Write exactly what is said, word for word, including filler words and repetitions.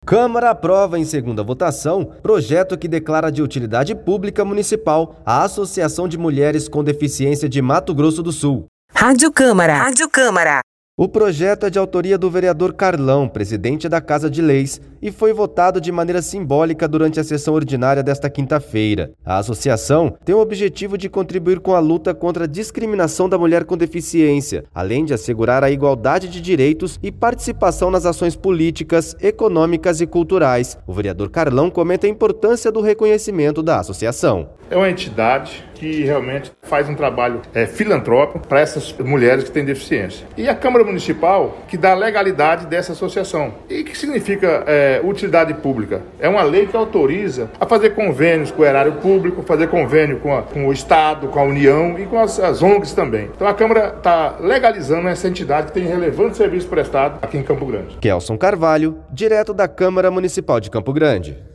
Câmara aprova em segunda votação projeto que declara de utilidade pública municipal a Associação de Mulheres com Deficiência de Mato Grosso do Sul. Rádio Câmara. Rádio Câmara. O projeto é de autoria do vereador Carlão, presidente da Casa de Leis, e foi votado de maneira simbólica durante a sessão ordinária desta quinta-feira. A associação tem o objetivo de contribuir com a luta contra a discriminação da mulher com deficiência, além de assegurar a igualdade de direitos e participação nas ações políticas, econômicas e culturais. O vereador Carlão comenta a importância do reconhecimento da associação. É uma entidade que realmente faz um trabalho é, filantrópico para essas mulheres que têm deficiência. E a Câmara Municipal que dá legalidade dessa associação. E o que significa é, utilidade pública? É uma lei que autoriza a fazer convênios com o erário público, fazer convênio com, a, com o Estado, com a União e com as, as O N Gs também. Então a Câmara está legalizando essa entidade que tem relevante serviço prestado aqui em Campo Grande. Kelson Carvalho, direto da Câmara Municipal de Campo Grande.